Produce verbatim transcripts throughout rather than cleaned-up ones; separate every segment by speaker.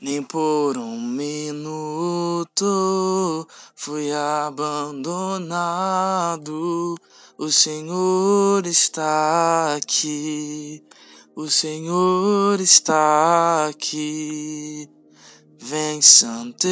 Speaker 1: Nem por um minuto fui abandonado. O Senhor está aqui. O Senhor está aqui. Vem, Santo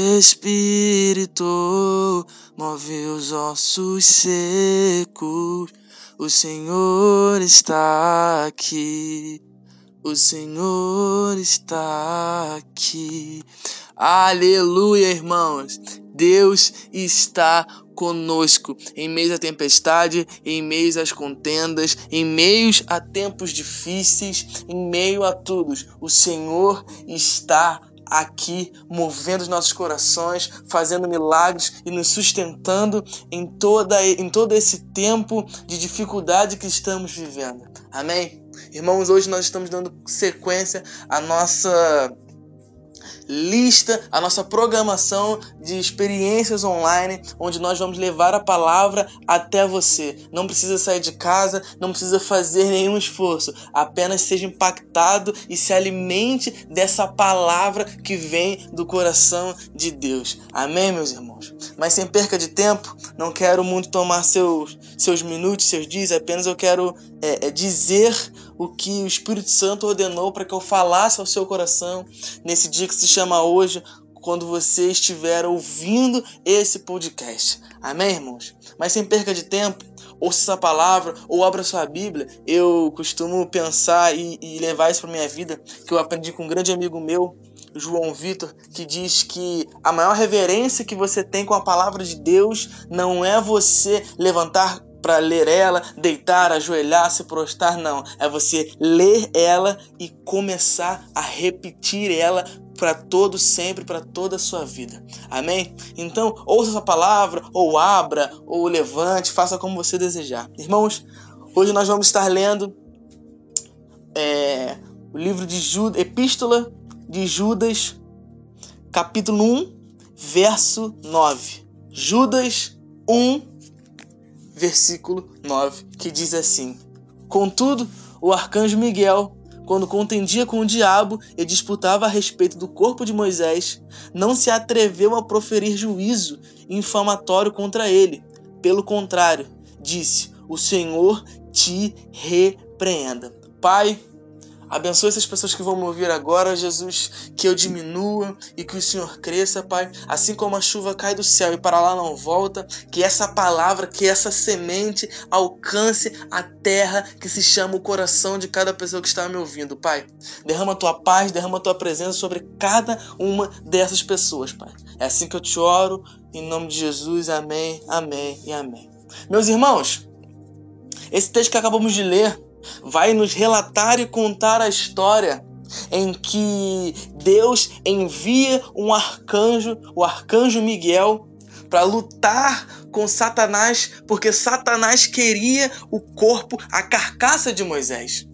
Speaker 1: Espírito, move os ossos secos. O Senhor está aqui. O Senhor está aqui. Aleluia, irmãos. Deus está conosco em meio à tempestade, em meio às contendas, em meio a tempos difíceis, em meio a tudo. O Senhor está aqui, movendo os nossos corações, fazendo milagres e nos sustentando em, toda, em todo esse tempo de dificuldade que estamos vivendo. Amém? Irmãos, hoje nós estamos dando sequência à nossa lista, à nossa programação de experiências online, onde nós vamos levar a palavra até você. Não precisa sair de casa, não precisa fazer nenhum esforço, apenas seja impactado e se alimente dessa palavra que vem do coração de Deus. Amém, meus irmãos? Mas sem perca de tempo, não quero muito tomar seus, seus minutos, seus dias, apenas eu quero é, é, dizer o que o Espírito Santo ordenou para que eu falasse ao seu coração nesse dia que se chama hoje, quando você estiver ouvindo esse podcast. Amém, irmãos? Mas sem perca de tempo, ouça essa palavra ou abra sua Bíblia. Eu costumo pensar e, e levar isso para minha vida, que eu aprendi com um grande amigo meu, João Vitor, que diz que a maior reverência que você tem com a palavra de Deus não é você levantar para ler ela, deitar, ajoelhar, se prostrar, não. É você ler ela e começar a repetir ela para todo sempre, para toda a sua vida. Amém? Então, ouça essa palavra, ou abra, ou levante, faça como você desejar. Irmãos, hoje nós vamos estar lendo é, o livro de Judas, Epístola de Judas, capítulo um, verso nove. Judas um, versículo nove, que diz assim: Contudo, o arcanjo Miguel, quando contendia com o diabo e disputava a respeito do corpo de Moisés, não se atreveu a proferir juízo infamatório contra ele. Pelo contrário, disse: O Senhor te repreenda. Pai, abençoe essas pessoas que vão me ouvir agora, Jesus, que eu diminua e que o Senhor cresça, Pai. Assim como a chuva cai do céu e para lá não volta, que essa palavra, que essa semente alcance a terra que se chama o coração de cada pessoa que está me ouvindo, Pai. Derrama a Tua paz, derrama a Tua presença sobre cada uma dessas pessoas, Pai. É assim que eu te oro, em nome de Jesus, amém, amém e amém. Meus irmãos, esse texto que acabamos de ler vai nos relatar e contar a história em que Deus envia um arcanjo, o arcanjo Miguel, para lutar com Satanás, porque Satanás queria o corpo, a carcaça de Moisés.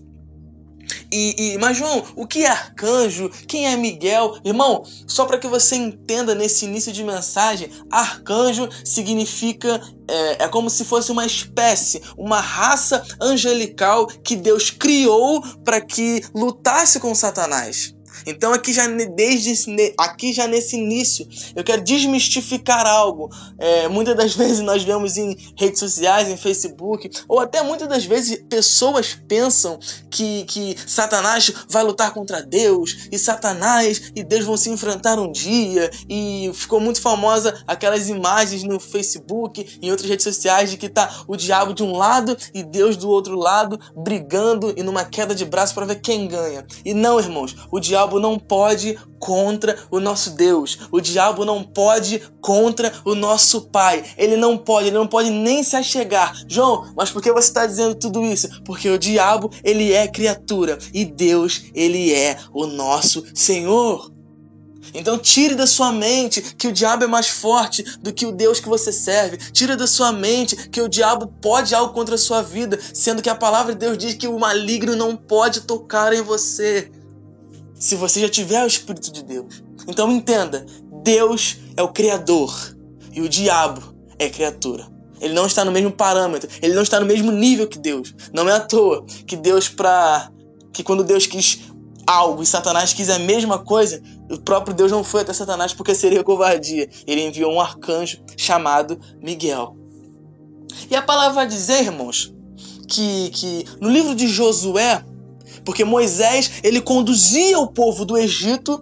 Speaker 1: E, e, mas, João, o que é arcanjo? Quem é Miguel? Irmão, só para que você entenda nesse início de mensagem, arcanjo significa, é, é como se fosse uma espécie, uma raça angelical que Deus criou para que lutasse com Satanás. Então aqui já, desde, aqui já nesse início eu quero desmistificar algo. É, muitas das vezes nós vemos em redes sociais, em Facebook, ou até muitas das vezes pessoas pensam que, que Satanás vai lutar contra Deus, e Satanás e Deus vão se enfrentar um dia, e ficou muito famosa aquelas imagens no Facebook e em outras redes sociais de que tá o diabo de um lado e Deus do outro lado, brigando e numa queda de braço para ver quem ganha. E não, irmãos, o diabo não pode contra o nosso Deus. O diabo não pode contra o nosso Pai. Ele não pode, ele não pode nem se achegar. João, mas por que você está dizendo tudo isso? Porque o diabo, ele é criatura e Deus, ele é o nosso Senhor. Então tire da sua mente que o diabo é mais forte do que o Deus que você serve. Tire da sua mente que o diabo pode algo contra a sua vida, sendo que a palavra de Deus diz que o maligno não pode tocar em você, se você já tiver o Espírito de Deus. Então entenda, Deus é o Criador e o diabo é criatura. Ele não está no mesmo parâmetro, ele não está no mesmo nível que Deus. Não é à toa que Deus, pra... que quando Deus quis algo e Satanás quis a mesma coisa, o próprio Deus não foi até Satanás porque seria covardia. Ele enviou um arcanjo chamado Miguel. E a palavra vai dizer, irmãos, que, que no livro de Josué, porque Moisés, ele conduzia o povo do Egito,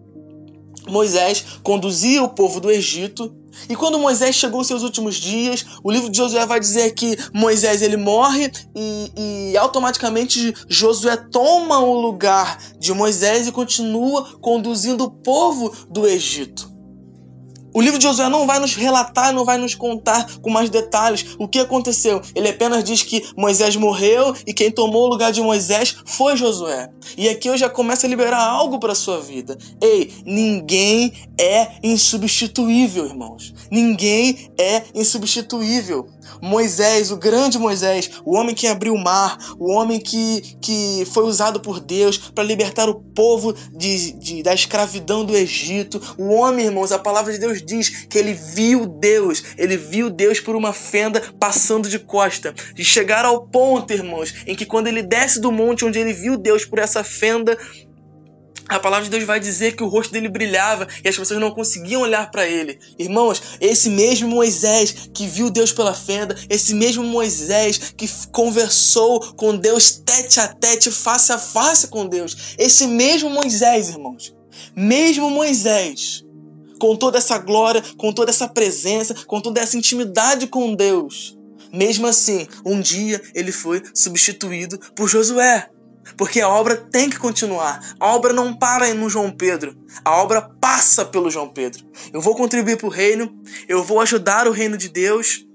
Speaker 1: Moisés conduzia o povo do Egito, e quando Moisés chegou aos seus últimos dias, o livro de Josué vai dizer que Moisés ele morre e, e automaticamente Josué toma o lugar de Moisés e continua conduzindo o povo do Egito. O livro de Josué não vai nos relatar, não vai nos contar com mais detalhes o que aconteceu. Ele apenas diz que Moisés morreu e quem tomou o lugar de Moisés foi Josué. E aqui eu já começo a liberar algo para a sua vida. Ei, ninguém é insubstituível, irmãos. Ninguém é insubstituível. Moisés, o grande Moisés, o homem que abriu o mar, o homem que, que foi usado por Deus para libertar o povo de, de, da escravidão do Egito. O homem, irmãos, a palavra de Deus diz que ele viu Deus, ele viu Deus por uma fenda passando de costa. De chegar ao ponto, irmãos, em que quando ele desce do monte onde ele viu Deus por essa fenda, a palavra de Deus vai dizer que o rosto dele brilhava e as pessoas não conseguiam olhar para ele. Irmãos, esse mesmo Moisés que viu Deus pela fenda, esse mesmo Moisés que conversou com Deus tete a tete, face a face com Deus, esse mesmo Moisés, irmãos, mesmo Moisés, com toda essa glória, com toda essa presença, com toda essa intimidade com Deus, mesmo assim, um dia ele foi substituído por Josué. Porque a obra tem que continuar. A obra não para no João Pedro. A obra passa pelo João Pedro. Eu vou contribuir para o reino. Eu vou ajudar o reino de Deus.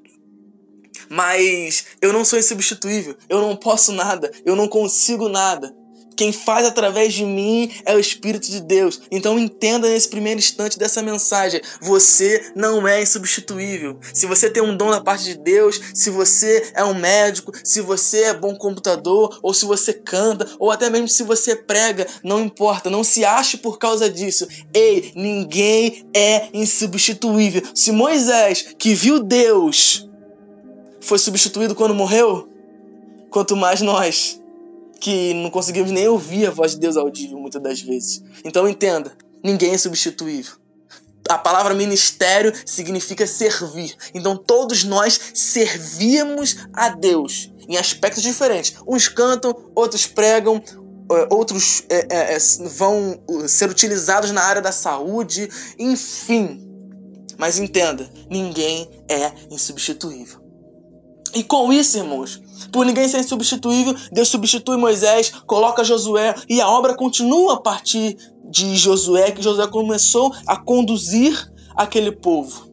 Speaker 1: Mas eu não sou insubstituível. Eu não posso nada. Eu não consigo nada. Quem faz através de mim é o Espírito de Deus. Então entenda nesse primeiro instante dessa mensagem. Você não é insubstituível. Se você tem um dom da parte de Deus, se você é um médico, se você é bom computador, ou se você canta, ou até mesmo se você prega, não importa. Não se ache por causa disso. Ei, ninguém é insubstituível. Se Moisés, que viu Deus, foi substituído quando morreu, quanto mais nós, que não conseguimos nem ouvir a voz de Deus audível muitas das vezes. Então entenda, ninguém é substituível. A palavra ministério significa servir. Então todos nós servimos a Deus em aspectos diferentes. Uns cantam, outros pregam, outros é, é, vão ser utilizados na área da saúde, enfim. Mas entenda, ninguém é insubstituível. E com isso, irmãos, por ninguém ser insubstituível, Deus substitui Moisés, coloca Josué, e a obra continua a partir de Josué, que Josué começou a conduzir aquele povo.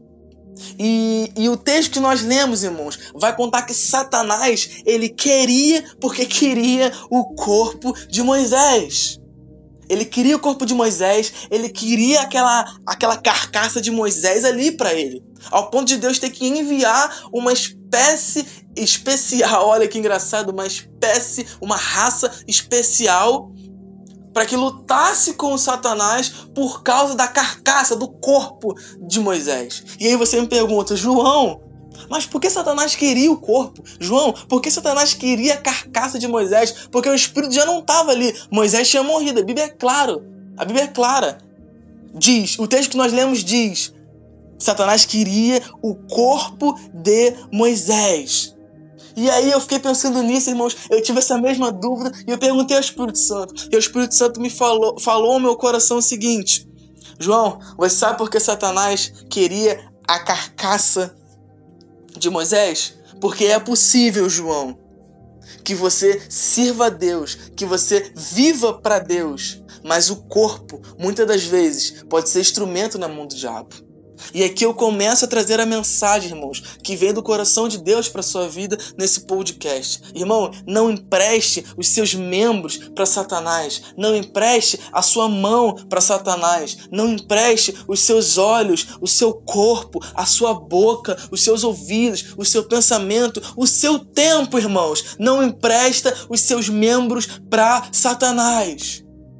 Speaker 1: E, e o texto que nós lemos, irmãos, vai contar que Satanás, ele queria, porque queria o corpo de Moisés. Ele queria o corpo de Moisés, ele queria aquela, aquela carcaça de Moisés ali para ele. Ao ponto de Deus ter que enviar uma espécie especial, olha que engraçado, uma espécie, uma raça especial para que lutasse com o Satanás por causa da carcaça, do corpo de Moisés. E aí você me pergunta, João, mas por que Satanás queria o corpo? João, por que Satanás queria a carcaça de Moisés? Porque o Espírito já não estava ali. Moisés tinha morrido. A Bíblia é clara. A Bíblia é clara. Diz, o texto que nós lemos diz, Satanás queria o corpo de Moisés. E aí eu fiquei pensando nisso, irmãos. Eu tive essa mesma dúvida e eu perguntei ao Espírito Santo. E o Espírito Santo me falou, falou ao meu coração o seguinte, João, você sabe por que Satanás queria a carcaça de Moisés? Porque é possível, João, que você sirva a Deus, que você viva para Deus, mas o corpo, muitas das vezes, pode ser instrumento na mão do diabo. E aqui eu começo a trazer a mensagem, irmãos, que vem do coração de Deus para sua vida nesse podcast. Irmão, não empreste os seus membros para Satanás. Não empreste a sua mão para Satanás. Não empreste os seus olhos, o seu corpo, a sua boca, os seus ouvidos, o seu pensamento, o seu tempo, irmãos. Não empresta os seus membros para Satanás.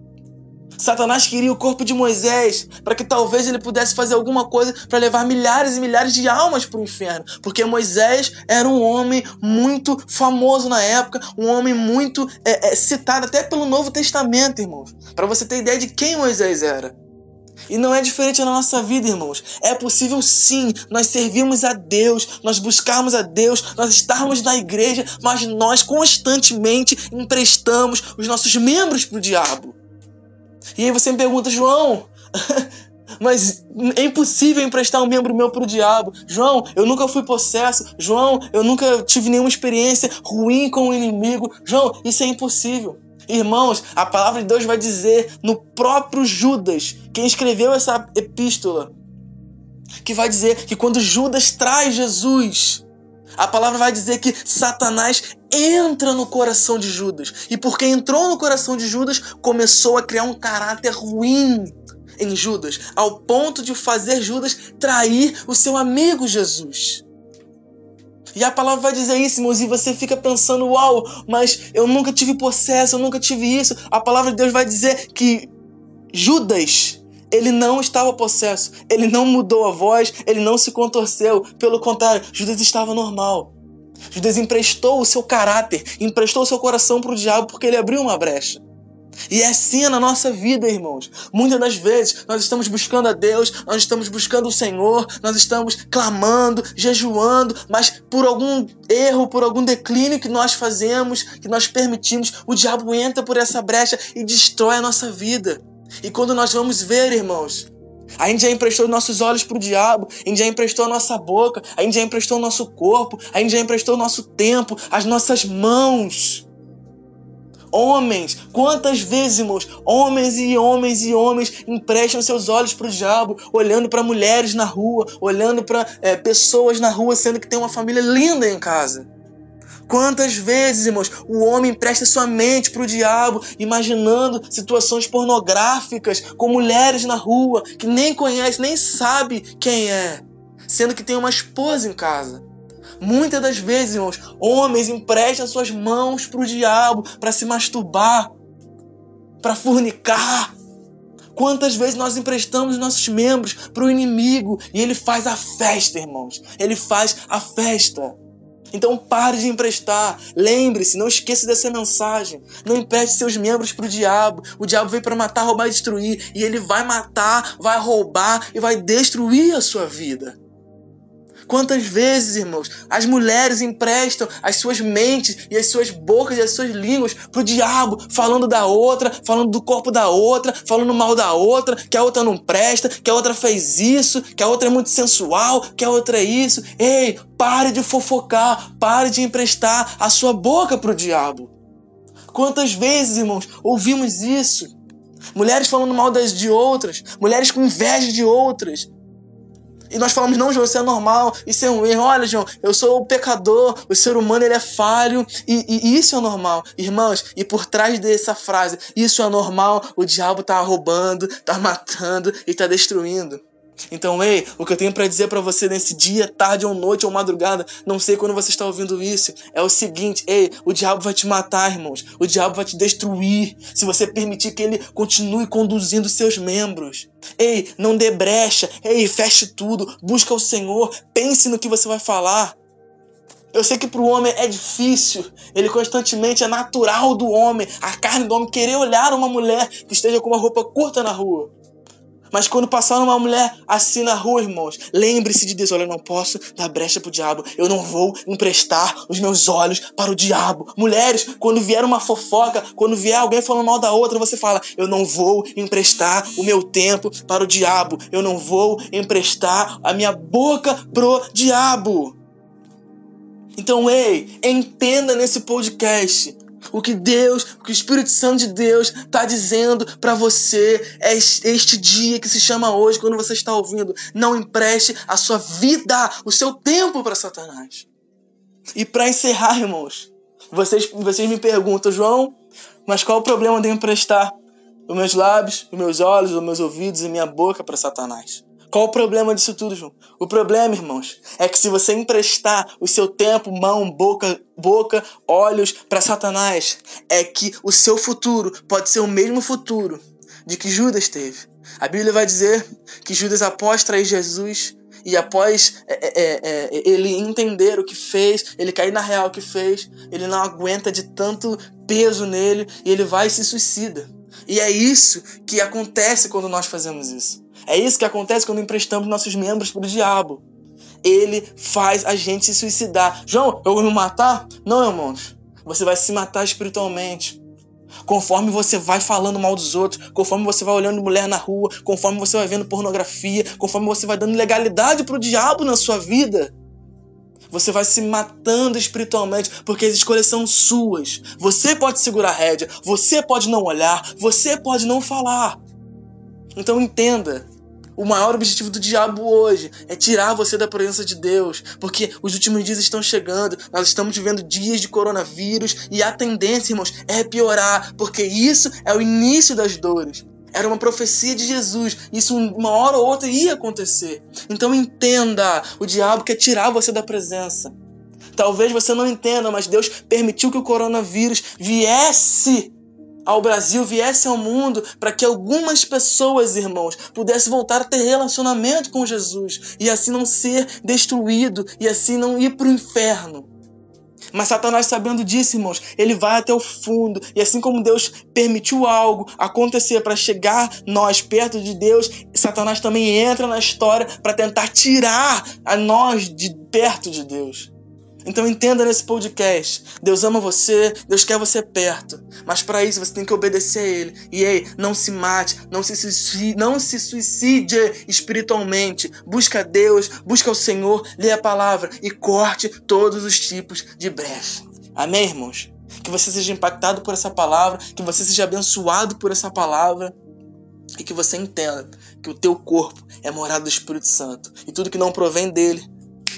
Speaker 1: Satanás queria o corpo de Moisés para que talvez ele pudesse fazer alguma coisa para levar milhares e milhares de almas para o inferno. Porque Moisés era um homem muito famoso na época, um homem muito é, é, citado até pelo Novo Testamento, irmãos. Para você ter ideia de quem Moisés era. E não é diferente na nossa vida, irmãos. É possível sim nós servirmos a Deus, nós buscarmos a Deus, nós estarmos na igreja, mas nós constantemente emprestamos os nossos membros para o diabo. E aí você me pergunta, João, mas é impossível emprestar um membro meu pro diabo. João, eu nunca fui possesso. João, eu nunca tive nenhuma experiência ruim com o inimigo. João, isso é impossível. Irmãos, a palavra de Deus vai dizer no próprio Judas, quem escreveu essa epístola, que vai dizer que quando Judas traz Jesus, a palavra vai dizer que Satanás entra no coração de Judas. E porque entrou no coração de Judas, começou a criar um caráter ruim em Judas, ao ponto de fazer Judas trair o seu amigo Jesus. E a palavra vai dizer isso, irmãos, e você fica pensando, uau, mas eu nunca tive possesso, eu nunca tive isso. A palavra de Deus vai dizer que Judas, ele não estava possesso, ele não mudou a voz, ele não se contorceu. Pelo contrário, Judas estava normal. Judas emprestou o seu caráter, emprestou o seu coração para o diabo porque ele abriu uma brecha. E é assim na nossa vida, irmãos. Muitas das vezes nós estamos buscando a Deus, nós estamos buscando o Senhor, nós estamos clamando, jejuando, mas por algum erro, por algum declínio que nós fazemos, que nós permitimos, o diabo entra por essa brecha e destrói a nossa vida. E quando nós vamos ver, irmãos, a gente já emprestou nossos olhos para o diabo, a gente já emprestou a nossa boca, a gente já emprestou o nosso corpo, a gente já emprestou o nosso tempo, as nossas mãos. Homens, quantas vezes, irmãos, homens e homens e homens emprestam seus olhos para o diabo, olhando para mulheres na rua, olhando para é, pessoas na rua, sendo que tem uma família linda em casa. Quantas vezes, irmãos, o homem empresta sua mente para o diabo, imaginando situações pornográficas com mulheres na rua, que nem conhece, nem sabe quem é, sendo que tem uma esposa em casa. Muitas das vezes, irmãos, homens emprestam suas mãos para o diabo, para se masturbar, para fornicar. Quantas vezes nós emprestamos nossos membros para o inimigo e ele faz a festa, irmãos. Ele faz a festa. Então pare de emprestar. Lembre-se, não esqueça dessa mensagem. Não empreste seus membros para o diabo. O diabo veio para matar, roubar e destruir. E ele vai matar, vai roubar e vai destruir a sua vida. Quantas vezes, irmãos, as mulheres emprestam as suas mentes e as suas bocas e as suas línguas pro diabo, falando da outra, falando do corpo da outra, falando mal da outra, que a outra não presta, que a outra fez isso, que a outra é muito sensual, que a outra é isso. Ei, pare de fofocar, pare de emprestar a sua boca pro diabo. Quantas vezes, irmãos, ouvimos isso? Mulheres falando mal das de outras, mulheres com inveja de outras. E nós falamos, não, João, isso é normal, isso é um erro. Olha, João, eu sou o pecador, o ser humano ele é falho e, e, e isso é normal. Irmãos, e por trás dessa frase, isso é normal, o diabo tá roubando, tá matando e tá destruindo. Então, ei, o que eu tenho para dizer para você nesse dia, tarde ou noite ou madrugada, não sei quando você está ouvindo isso, é o seguinte, ei, o diabo vai te matar, irmãos, o diabo vai te destruir, se você permitir que ele continue conduzindo seus membros. Ei, não dê brecha, ei, feche tudo, busca o Senhor, pense no que você vai falar. Eu sei que para o homem é difícil, ele constantemente, é natural do homem, a carne do homem, querer olhar uma mulher que esteja com uma roupa curta na rua. Mas quando passar uma mulher assim na rua, irmãos, lembre-se de Deus. Olha, eu não posso dar brecha pro diabo. Eu não vou emprestar os meus olhos para o diabo. Mulheres, quando vier uma fofoca, quando vier alguém falando mal da outra, você fala, eu não vou emprestar o meu tempo para o diabo. Eu não vou emprestar a minha boca pro diabo. Então, ei, entenda nesse podcast o que Deus, o que o Espírito Santo de Deus está dizendo para você é este dia que se chama hoje, quando você está ouvindo. Não empreste a sua vida, o seu tempo para Satanás. E para encerrar, irmãos, vocês, vocês me perguntam, João, mas qual o problema de eu emprestar os meus lábios, os meus olhos, os meus ouvidos e minha boca para Satanás? Qual o problema disso tudo, João? O problema, irmãos, é que se você emprestar o seu tempo, mão, boca, boca, olhos para Satanás, é que o seu futuro pode ser o mesmo futuro de que Judas teve. A Bíblia vai dizer que Judas, após trair Jesus e após é, é, é, ele entender o que fez, ele cair na real o que fez, ele não aguenta de tanto peso nele e ele vai e se suicida. E é isso que acontece quando nós fazemos isso. É isso que acontece quando emprestamos nossos membros para o diabo. Ele faz a gente se suicidar. João, eu vou me matar? Não, irmãos. Você vai se matar espiritualmente. Conforme você vai falando mal dos outros, conforme você vai olhando mulher na rua, conforme você vai vendo pornografia, conforme você vai dando legalidade pro diabo na sua vida, você vai se matando espiritualmente, porque as escolhas são suas. Você pode segurar a rédea, você pode não olhar, você pode não falar. Então entenda, o maior objetivo do diabo hoje é tirar você da presença de Deus, porque os últimos dias estão chegando, nós estamos vivendo dias de coronavírus e a tendência, irmãos, é piorar, porque isso é o início das dores. Era uma profecia de Jesus, isso uma hora ou outra ia acontecer. Então entenda, o diabo quer tirar você da presença. Talvez você não entenda, mas Deus permitiu que o coronavírus viesse ao Brasil, viesse ao mundo, para que algumas pessoas, irmãos, pudessem voltar a ter relacionamento com Jesus, e assim não ser destruído, e assim não ir para o inferno. Mas Satanás, sabendo disso, irmãos, ele vai até o fundo, e assim como Deus permitiu algo acontecer para chegar nós perto de Deus, Satanás também entra na história para tentar tirar a nós de perto de Deus. Então entenda nesse podcast, Deus ama você, Deus quer você perto, mas para isso você tem que obedecer a Ele. E ei, não se mate, não se suicide, não se suicide espiritualmente. Busca Deus, busca o Senhor, lê a palavra e corte todos os tipos de brecha. Amém, irmãos? Que você seja impactado por essa palavra, que você seja abençoado por essa palavra e que você entenda que o teu corpo é morada do Espírito Santo e tudo que não provém dele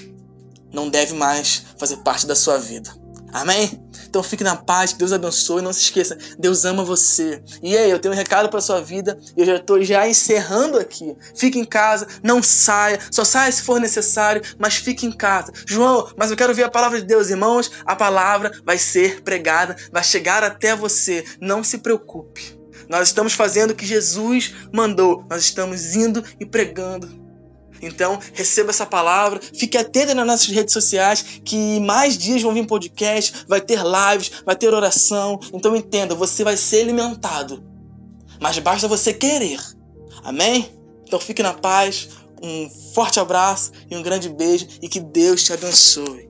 Speaker 1: não deve mais fazer parte da sua vida. Amém? Então fique na paz, que Deus abençoe. Não se esqueça, Deus ama você. E aí, eu tenho um recado para sua vida. Eu já estou já encerrando aqui. Fique em casa, não saia. Só saia se for necessário, mas fique em casa. João, mas eu quero ver a palavra de Deus, irmãos. A palavra vai ser pregada, vai chegar até você. Não se preocupe. Nós estamos fazendo o que Jesus mandou. Nós estamos indo e pregando. Então, receba essa palavra, fique atento nas nossas redes sociais, que mais dias vão vir podcast, vai ter lives, vai ter oração. Então entenda, você vai ser alimentado, mas basta você querer. Amém? Então fique na paz, um forte abraço e um grande beijo e que Deus te abençoe.